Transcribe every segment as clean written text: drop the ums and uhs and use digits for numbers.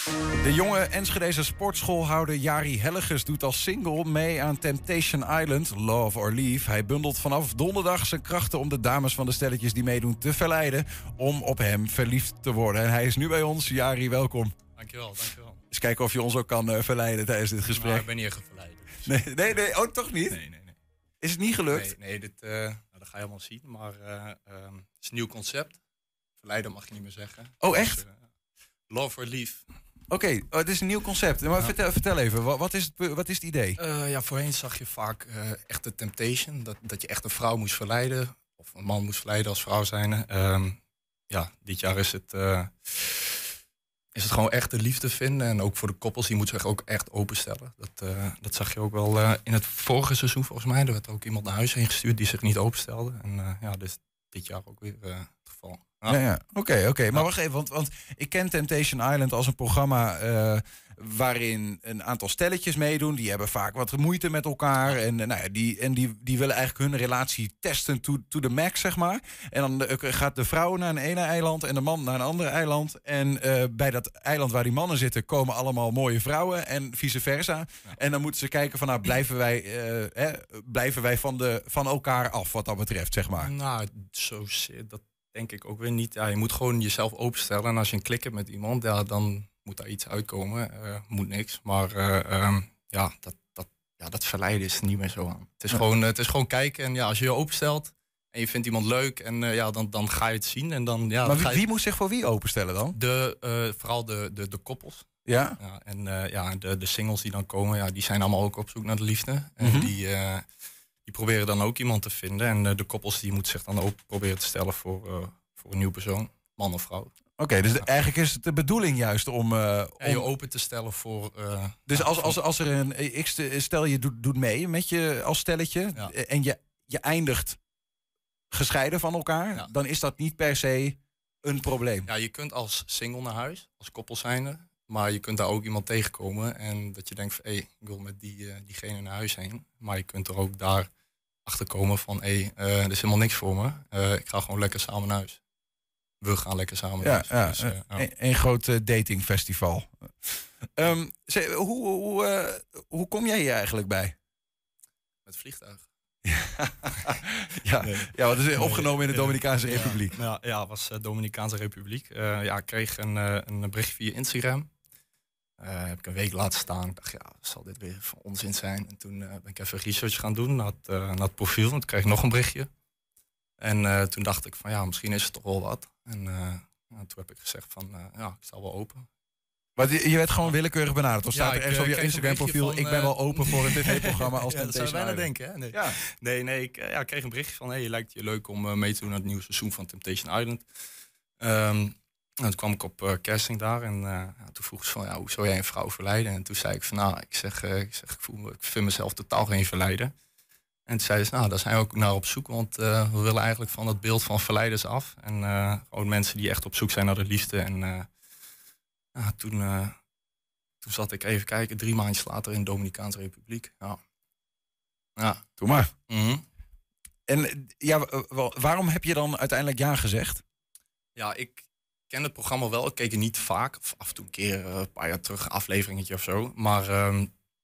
De jonge Enschedeze sportschoolhouder Jari Hellegers doet als single mee aan Temptation Island, Love or Leave. Hij bundelt vanaf donderdag zijn krachten om de dames van de stelletjes die meedoen te verleiden om op hem verliefd te worden. En hij is nu bij ons. Jari, welkom. Dankjewel. Eens kijken of je ons ook kan verleiden tijdens dit gesprek. Nou, ik ben niet echt verleiden. Dus. Nee. Oh, toch niet? Nee. Is het niet gelukt? Nee, dat ga je helemaal zien. Maar het is een nieuw concept. Verleiden mag je niet meer zeggen. Oh, echt? Dus, Love or Leave. Oké, het is een nieuw concept. Maar vertel even, wat is het idee? Voorheen zag je vaak echt de temptation. Dat je echt een vrouw moest verleiden. Of een man moest verleiden als vrouw zijnde. Dit jaar is het gewoon echt de liefde vinden. En ook voor de koppels, die moeten zich ook echt openstellen. Dat zag je ook wel in het vorige seizoen volgens mij. Er werd ook iemand naar huis heen gestuurd die zich niet openstelde. En dus dit jaar ook weer het geval. Ja. Oké. Maar wacht even, want ik ken Temptation Island als een programma waarin een aantal stelletjes meedoen. Die hebben vaak wat moeite met elkaar. En die willen eigenlijk hun relatie testen to the max, zeg maar. En dan gaat de vrouw naar een ene eiland en de man naar een andere eiland. En bij dat eiland waar die mannen zitten komen allemaal mooie vrouwen en vice versa. Ja. En dan moeten ze kijken van, nou, blijven wij van elkaar af wat dat betreft, zeg maar. Nou, dat denk ik ook weer niet. Ja, je moet gewoon jezelf openstellen. En als je een klik hebt met iemand, dan moet daar iets uitkomen. Moet niks. Maar dat verleiden is niet meer zo aan. Het is gewoon kijken. En ja, als je je openstelt en je vindt iemand leuk, en dan ga je het zien. En dan, maar wie moet zich voor wie openstellen dan? Vooral de koppels. Ja? En de singles die dan komen, die zijn allemaal ook op zoek naar de liefde. En die proberen dan ook iemand te vinden. En de koppels die moeten zich dan ook proberen te stellen voor een nieuwe persoon. Man of vrouw. Oké, dus eigenlijk is het de bedoeling juist om je open te stellen voor... dus als er een... Stel je doet mee met je als stelletje... en je eindigt gescheiden van elkaar... dan is dat niet per se een probleem. Ja, je kunt als single naar huis, als koppel zijnde... maar je kunt daar ook iemand tegenkomen... en dat je denkt van, ik wil met diegene naar huis heen. Maar je kunt er ook daar achter komen van... er is helemaal niks voor me. Ik ga gewoon lekker samen naar huis. We gaan lekker samen naar huis. Dus, een groot datingfestival. Hoe kom jij hier eigenlijk bij? Met vliegtuig. Wat is opgenomen in de Dominicaanse Republiek? Ja, was Dominicaanse Republiek. Ik kreeg een berichtje via Instagram. Heb ik een week laten staan. Ik dacht, zal dit weer van onzin zijn? En toen ben ik even research gaan doen naar het profiel. En toen kreeg ik nog een berichtje. En toen dacht ik van, misschien is het toch wel wat. En toen heb ik gezegd van, ik sta wel open. Maar je werd gewoon willekeurig benaderd? Of staat er ergens op je Instagram profiel... ik ben wel open voor een tv-programma als Temptation Island? Dat zou je bijna denken, hè? Nee. Ik kreeg een berichtje van... lijkt je leuk om mee te doen aan het nieuwe seizoen van Temptation Island. Toen kwam ik op casting daar. En toen vroeg ze van... hoe zou jij een vrouw verleiden? En toen zei ik van... ik vind mezelf totaal geen verleider. En toen zeiden ze, daar zijn we ook naar op zoek. Want we willen eigenlijk van het beeld van verleiders af. En gewoon mensen die echt op zoek zijn naar de liefde. En toen zat ik even kijken, 3 maandjes later in de Dominicaanse Republiek. Ja. Doe maar. Mm-hmm. En waarom heb je dan uiteindelijk ja gezegd? Ja, ik ken het programma wel. Ik keek er niet vaak. Of af en toe een keer, een paar jaar terug, een afleveringetje of zo. Maar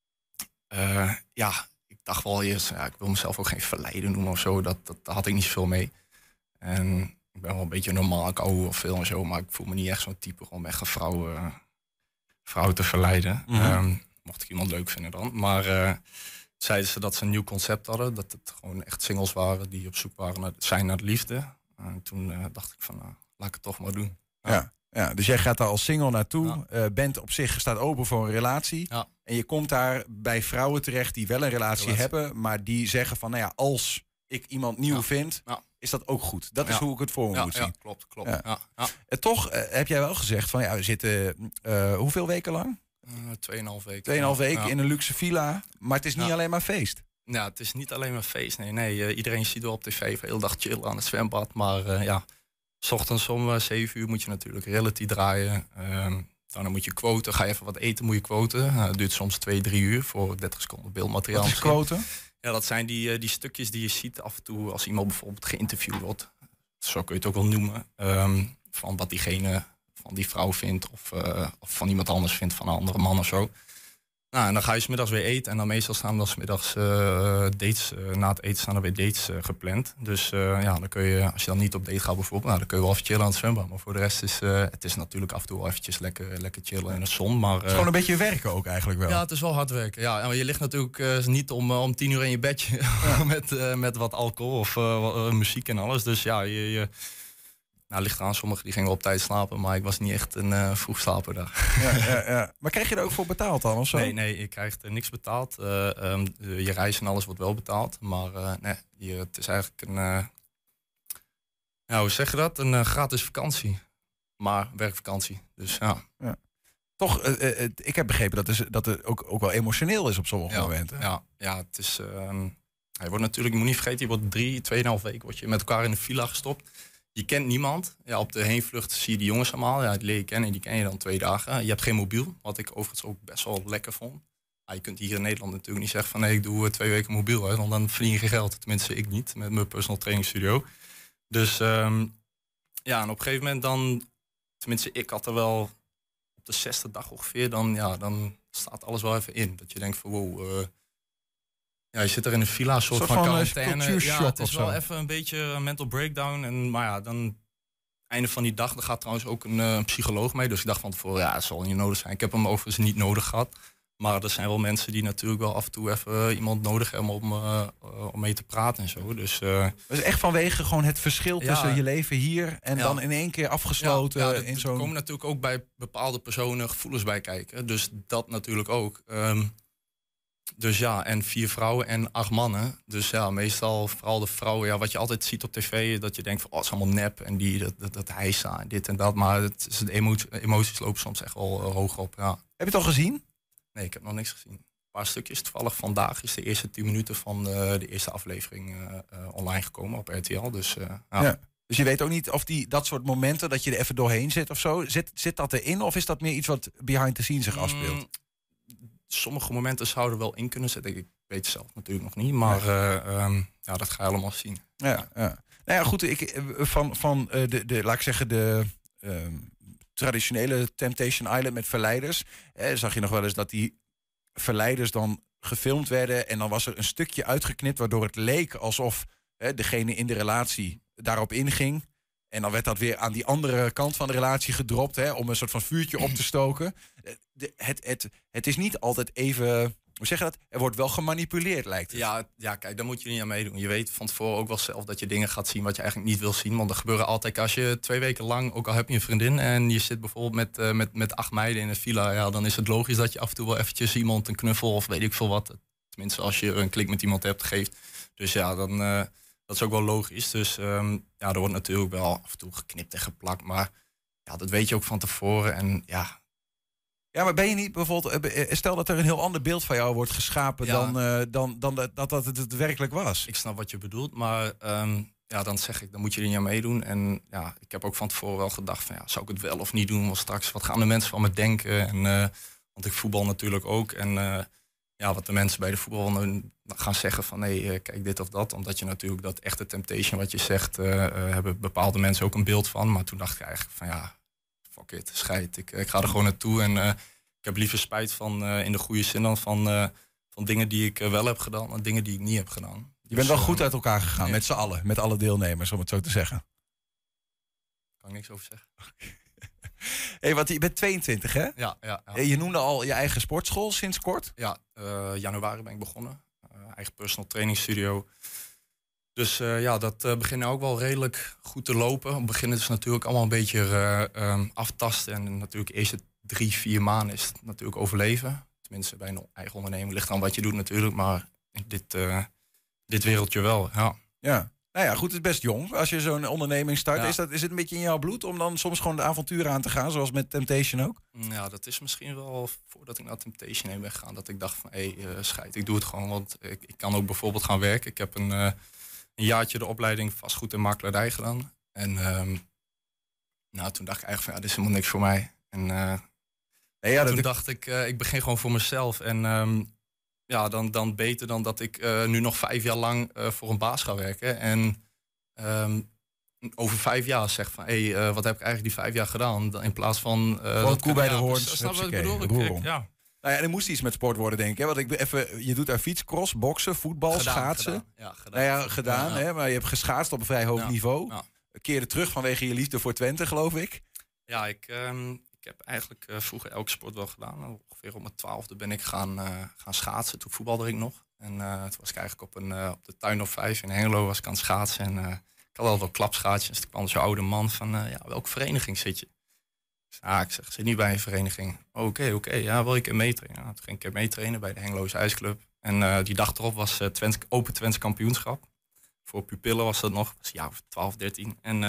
ik dacht wel eerst, ik wil mezelf ook geen verleiden noemen of zo. Daar had ik niet zoveel mee. En ik ben wel een beetje normaal, ik hou wel veel en zo, maar ik voel me niet echt zo'n type om echt een vrouw te verleiden. Mm-hmm. Mocht ik iemand leuk vinden dan. Maar zeiden ze dat ze een nieuw concept hadden, dat het gewoon echt singles waren die op zoek waren naar de liefde. En toen dacht ik van, laat ik het toch maar doen. Ja, dus jij gaat daar als single naartoe, bent op zich, staat open voor een relatie. Ja. En je komt daar bij vrouwen terecht die wel een relatie hebben, maar die zeggen van, als ik iemand nieuw vind, is dat ook goed. Dat is hoe ik het voor me moet zien. Klopt. Ja. En toch heb jij wel gezegd van, we zitten hoeveel weken lang? 2,5 weken. 2,5 weken in een luxe villa, maar het is niet alleen maar feest. Ja, het is niet alleen maar feest. Nee. Iedereen ziet wel op tv, de hele dag chillen aan het zwembad, maar 's ochtends om 7 uur moet je natuurlijk reality draaien. Dan moet je quoten. Ga je even wat eten, moet je quoten. Het duurt soms 2-3 uur voor 30 seconden beeldmateriaal. Wat is quoten? Ja, dat zijn die stukjes die je ziet af en toe als iemand bijvoorbeeld geïnterviewd wordt. Zo kun je het ook wel noemen. Van wat diegene van die vrouw vindt of van iemand anders vindt, van een andere man of zo. Nou, en dan ga je 's middags weer eten en dan meestal staan dan 's middags dates, na het eten staan er weer dates gepland. Dus dan kun je, als je dan niet op date gaat bijvoorbeeld, nou, dan kun je wel even chillen aan het zwembad. Maar voor de rest is het is natuurlijk af en toe wel eventjes lekker chillen in de zon. Maar, het is gewoon een beetje werken ook eigenlijk wel. Ja, het is wel hard werken. Ja, en je ligt natuurlijk niet om 10 uur in je bedje met wat alcohol of muziek en alles. Dus ja, nou, ligt eraan, sommigen die gingen op tijd slapen, maar ik was niet echt een vroegslaper daar. Ja. Maar krijg je er ook voor betaald dan of zo? Nee, je krijgt niks betaald. Je reis en alles wordt wel betaald, maar nee, het is eigenlijk hoe zeg je dat? Een gratis vakantie, maar werkvakantie. Dus ja. Toch, ik heb begrepen dat het ook wel emotioneel is op sommige momenten. Ja, het is. Je wordt natuurlijk, je moet niet vergeten, je wordt 2,5 weken word je met elkaar in de villa gestopt. Je kent niemand. Ja, op de heenvlucht zie je die jongens allemaal. Ja, die leer je kennen en die ken je dan 2 dagen. Je hebt geen mobiel, wat ik overigens ook best wel lekker vond. Je kunt hier in Nederland natuurlijk niet zeggen van nee, ik doe 2 weken mobiel. Hè, want dan verdien je geen geld. Tenminste, ik niet, met mijn personal training studio. Dus en op een gegeven moment dan, tenminste, ik had er wel op de 6e dag ongeveer, dan staat alles wel even in. Dat je denkt van wow, je zit er in een villa, een soort van quarantaine. Ja, het is wel even een beetje een mental breakdown. Maar ja, dan einde van die dag, er gaat trouwens ook een psycholoog mee. Dus ik dacht van tevoren, het zal niet nodig zijn. Ik heb hem overigens niet nodig gehad. Maar er zijn wel mensen die natuurlijk wel af en toe even iemand nodig hebben om mee te praten en zo. Dus, dus echt vanwege gewoon het verschil tussen je leven hier en dan in één keer afgesloten. Er komen natuurlijk ook bij bepaalde personen gevoelens bij kijken. Dus dat natuurlijk ook. Dus ja, en 4 vrouwen en 8 mannen. Dus ja, meestal vooral de vrouwen. Wat je altijd ziet op tv, dat je denkt van het is allemaal nep. En dat hijsa en dit en dat. Maar de emoties lopen soms echt wel hoog op. Ja. Heb je het al gezien? Nee, ik heb nog niks gezien. Een paar stukjes. Toevallig vandaag is de eerste 10 minuten van de eerste aflevering online gekomen op RTL. Dus, dus je weet ook niet of dat soort momenten, dat je er even doorheen zit of zo. Zit dat erin of is dat meer iets wat behind the scenes zich afspeelt? Sommige momenten zouden er wel in kunnen zitten. Ik weet het zelf natuurlijk nog niet. Maar dat ga je allemaal zien. Ja. Nou ja, goed. Laat ik zeggen, de traditionele Temptation Island met verleiders. Zag je nog wel eens dat die verleiders dan gefilmd werden. En dan was er een stukje uitgeknipt waardoor het leek alsof degene in de relatie daarop inging. En dan werd dat weer aan die andere kant van de relatie gedropt, om een soort van vuurtje op te stoken. Het is niet altijd even, hoe zeg je dat? Er wordt wel gemanipuleerd, lijkt het. Ja, kijk, daar moet je niet aan meedoen. Je weet van tevoren ook wel zelf dat je dingen gaat zien wat je eigenlijk niet wil zien. Want er gebeuren altijd, als je 2 weken lang, ook al heb je een vriendin en je zit bijvoorbeeld met 8 meiden in een villa, dan is het logisch dat je af en toe wel eventjes iemand een knuffel of weet ik veel wat. Tenminste, als je een klik met iemand hebt, geeft. Dus ja, dan dat is ook wel logisch. Dus er wordt natuurlijk wel af en toe geknipt en geplakt. Maar ja, dat weet je ook van tevoren. En ja. Ja, maar ben je niet bijvoorbeeld, stel dat er een heel ander beeld van jou wordt geschapen dan dat het werkelijk was. Ik snap wat je bedoelt, maar dan zeg ik, dan moet je er niet aan meedoen. En ja, ik heb ook van tevoren wel gedacht van zou ik het wel of niet doen? Want straks, wat gaan de mensen van me denken? En, want ik voetbal natuurlijk ook. En wat de mensen bij de voetbal gaan zeggen van nee, kijk dit of dat. Omdat je natuurlijk dat echte Temptation wat je zegt, hebben bepaalde mensen ook een beeld van. Maar toen dacht ik eigenlijk van fuck it, scheid. Ik ga er gewoon naartoe en ik heb liever spijt van in de goede zin dan van dingen die ik wel heb gedaan en dingen die ik niet heb gedaan. Je bent wel goed uit elkaar gegaan, met z'n allen, met alle deelnemers, om het zo te zeggen. Daar kan ik niks over zeggen. Want je bent 22, hè? Ja. Je noemde al je eigen sportschool sinds kort? Ja, januari ben ik begonnen. Eigen personal training studio. Dus dat begint ook wel redelijk goed te lopen. Op het begin is het natuurlijk allemaal een beetje aftasten. En natuurlijk de eerste 3-4 maanden is het natuurlijk overleven. Tenminste, bij een eigen onderneming ligt aan wat je doet natuurlijk. Maar in dit wereldje wel, Ja. Nou ja, goed, het is best jong. Als je zo'n onderneming start, is het een beetje in jouw bloed om dan soms gewoon de avonturen aan te gaan, zoals met Temptation ook? Ja, dat is misschien wel voordat ik naar Temptation heen ben gegaan, dat ik dacht van, scheid, ik doe het gewoon, want ik kan ook bijvoorbeeld gaan werken. Ik heb een jaartje de opleiding vastgoed en makelaardij gedaan. En toen dacht ik eigenlijk van, dit is helemaal niks voor mij. En toen dacht ik, ik begin gewoon voor mezelf. En dan beter dan dat ik nu nog 5 jaar lang voor een baas ga werken. En over 5 jaar zegt van... wat heb ik eigenlijk die 5 jaar gedaan? Dan in plaats van... dat koe bij de hoorns. Snap je wat ik bedoel? Ja. Nou ja, er moest iets met sport worden, denk ik. Hè? Want je doet daar fiets, cross, boksen, voetbal, schaatsen. Gedaan. Hè? Maar je hebt geschaatst op een vrij hoog niveau. Ja. Keerde terug vanwege je liefde voor Twente, geloof ik. Ja, ik heb eigenlijk vroeger elke sport wel gedaan. Ongeveer op mijn 12e ben ik gaan schaatsen. Toen voetbalde ik nog. En toen was ik eigenlijk op de Tuin of 5 in Hengelo was ik aan het schaatsen. En ik had al wel klapschaatsjes. Toen kwam zo'n oude man van, welke vereniging zit je? Ik zeg, zit niet bij een vereniging. Oké, ja, wil ik een meetrainen? Nou, toen ging ik meetrainen bij de Hengeloze IJsclub. En die dag erop was Open Twents kampioenschap. Voor pupillen was dat nog, was een jaar of 12, 13. En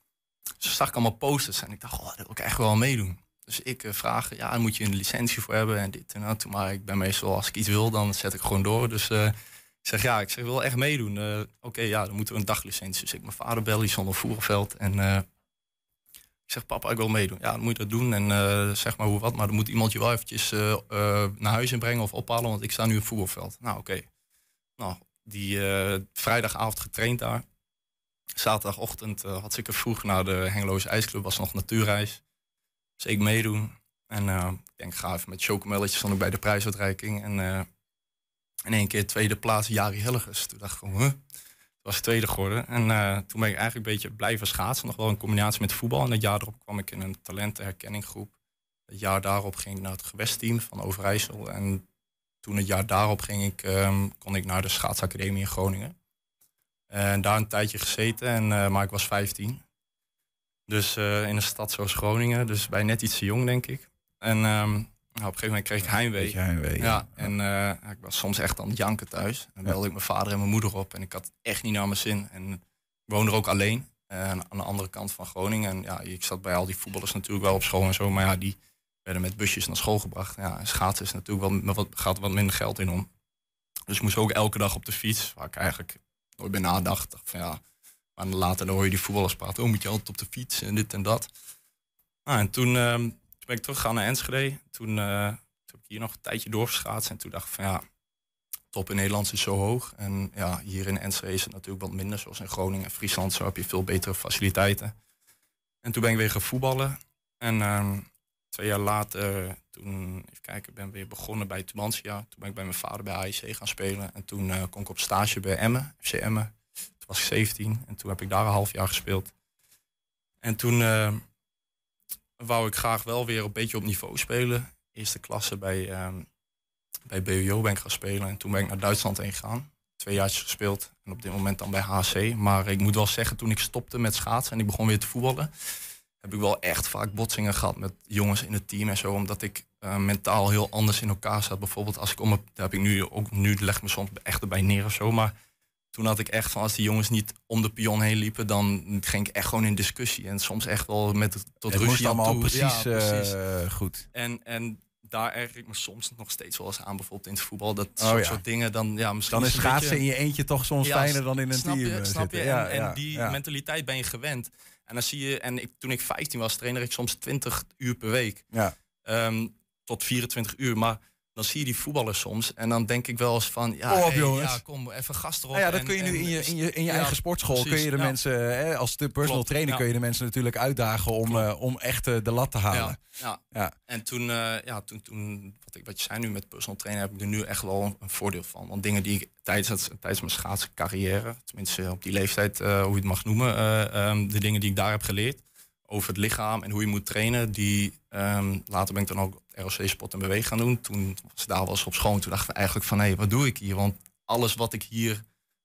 zo zag ik allemaal posters en ik dacht, dat wil ik echt wel meedoen. Dus ik vraag, daar moet je een licentie voor hebben en dit en dat. Maar ik ben meestal, als ik iets wil, dan zet ik gewoon door. Dus ik zeg, ik wil echt meedoen. Dan moeten we een daglicentie. Dus ik mijn vader bel, die stond op Voerenveld. En ik zeg, papa, ik wil meedoen. Ja, dan moet je dat doen. En zeg maar hoe wat. Maar dan moet iemand je wel eventjes naar huis inbrengen of ophalen. Want ik sta nu op Voerenveld. Nou, oké. Nou, die vrijdagavond getraind daar. Zaterdagochtend had ik er vroeg naar de Hengeloze IJsclub. Was nog natuurreis. Dus ik meedoen. En ik denk, ga even met chocomelletjes. Stond ik bij de prijsuitreiking. En in één keer tweede plaats, Jari Hilligers. Toen dacht ik gewoon, was tweede geworden. En toen ben ik eigenlijk een beetje blijven schaatsen. Nog wel in combinatie met voetbal. En het jaar erop kwam ik in een talentenherkenninggroep. Het jaar daarop ging ik naar het gewestteam van Overijssel. En toen het jaar daarop kon ik naar de schaatsacademie in Groningen. En daar een tijdje gezeten. Maar ik was 15. Dus in een stad zoals Groningen. Dus bij net iets te jong, denk ik. En op een gegeven moment kreeg ik heimwee. Ja. En ik was soms echt aan het janken thuis. En dan belde ik mijn vader en mijn moeder op. En ik had het echt niet naar mijn zin. En ik woonde er ook alleen. Aan de andere kant van Groningen. En ja, ik zat bij al die voetballers natuurlijk wel op school en zo. Maar ja, die werden met busjes naar school gebracht. Ja, en schaatsen is natuurlijk wel gaat wat minder geld in om. Dus ik moest ook elke dag op de fiets. Waar ik eigenlijk nooit bij nadacht. Dacht van ja. Maar later dan hoor je die voetballers praten. Moet je altijd op de fiets en dit en dat. Nou, en toen ben ik teruggegaan naar Enschede. Toen heb ik hier nog een tijdje doorgeschaatst. En toen dacht ik van ja, top in Nederland is zo hoog. En ja, hier in Enschede is het natuurlijk wat minder. Zoals in Groningen en Friesland. Zo heb je veel betere faciliteiten. En toen ben ik weer gaan voetballen. En 2 jaar later, toen even kijken, ben ik weer begonnen bij Tubantia. Toen ben ik bij mijn vader bij AIC gaan spelen. En toen kon ik op stage bij Emmen, FC Emmen. Toen was ik 17 en toen heb ik daar een half jaar gespeeld. En toen wou ik graag wel weer een beetje op niveau spelen. Eerste klasse bij BWO ben ik gaan spelen. En toen ben ik naar Duitsland heen gegaan. 2 jaartjes gespeeld. En op dit moment dan bij HC. Maar ik moet wel zeggen, toen ik stopte met schaatsen en ik begon weer te voetballen, heb ik wel echt vaak botsingen gehad met jongens in het team en zo. Omdat ik mentaal heel anders in elkaar zat. Bijvoorbeeld als ik daar heb ik nu leg ik me soms echt erbij neer of zo. Maar toen had ik echt van, als die jongens niet om de pion heen liepen, dan ging ik echt gewoon in discussie. En soms echt wel tot ruzie aan toe. Precies, ja, precies. Goed. En daar erger ik me soms nog steeds wel eens aan, bijvoorbeeld in het voetbal. Dat soort dingen dan, ja, misschien dan is schaatsen in je eentje toch soms fijner dan in een team. Snap je? En die mentaliteit ben je gewend. En dan zie je, toen ik 15 was, trainde ik soms 20 uur per week. Ja. Tot 24 uur. Maar dan zie je die voetballers soms. En dan denk ik wel eens van, kom, even gas erop. Dat kun je nu in je eigen sportschool. Precies, kun je de mensen, als de personal trainer, kun je de mensen natuurlijk uitdagen om echt de lat te halen. Ja. En toen wat je zei nu met personal trainer, heb ik er nu echt wel een voordeel van. Want dingen die ik tijdens mijn schaatsencarrière, tenminste op die leeftijd, hoe je het mag noemen, de dingen die ik daar heb geleerd over het lichaam en hoe je moet trainen, later ben ik dan ook ROC Sport en Beweeg gaan doen. Toen was daar was op school. Toen dachten we eigenlijk van, wat doe ik hier? Want alles wat ik hier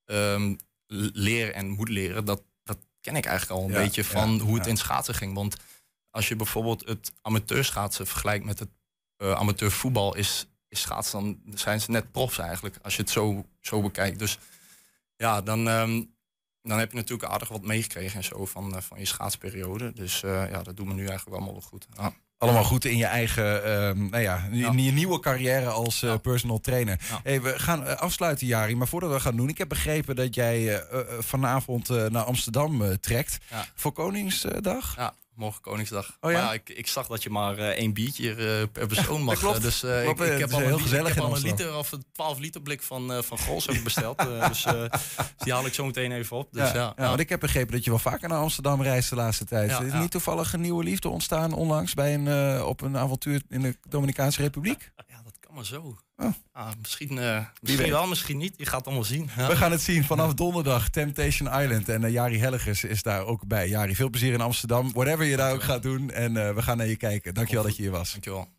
leer en moet leren, dat ken ik eigenlijk al een beetje van hoe het in schaatsen ging. Want als je bijvoorbeeld het amateurschaatsen vergelijkt met het amateurvoetbal, is schaatsen, dan zijn ze net profs eigenlijk, als je het zo bekijkt. Dus ja, dan heb je natuurlijk aardig wat meegekregen en zo van je schaatsperiode. Dus dat doen we nu eigenlijk allemaal wel goed. Ja. Allemaal goed in je eigen in je nieuwe carrière als personal trainer. Ja. Hey, we gaan afsluiten, Jari. Maar voordat we gaan doen, ik heb begrepen dat jij vanavond naar Amsterdam trekt. Ja. Voor Koningsdag. Ja, morgen Koningsdag. Oh ja? Maar ik zag dat je maar 1 biertje per persoon mag. klopt. Dus Klopt, ik het heb is al heel een gezellig in liter Amsterdam. of een 12 liter blik van Gols heb ik besteld. Dus die haal ik zo meteen even op. Dus, Want ik heb begrepen dat je wel vaker naar Amsterdam reist de laatste tijd. Ja, Is ja. niet toevallig een nieuwe liefde ontstaan onlangs bij op een avontuur in de Dominicaanse Republiek? Ja, dat kan maar zo. Oh. Misschien weet. wel, misschien niet. Je gaat het allemaal zien. Ja. We gaan het zien vanaf donderdag. Temptation Island. En Jari Hellegers is daar ook bij. Jari, veel plezier in Amsterdam. Whatever je daar ook gaat doen. En we gaan naar je kijken. Dankjewel dat je hier was. Dankjewel.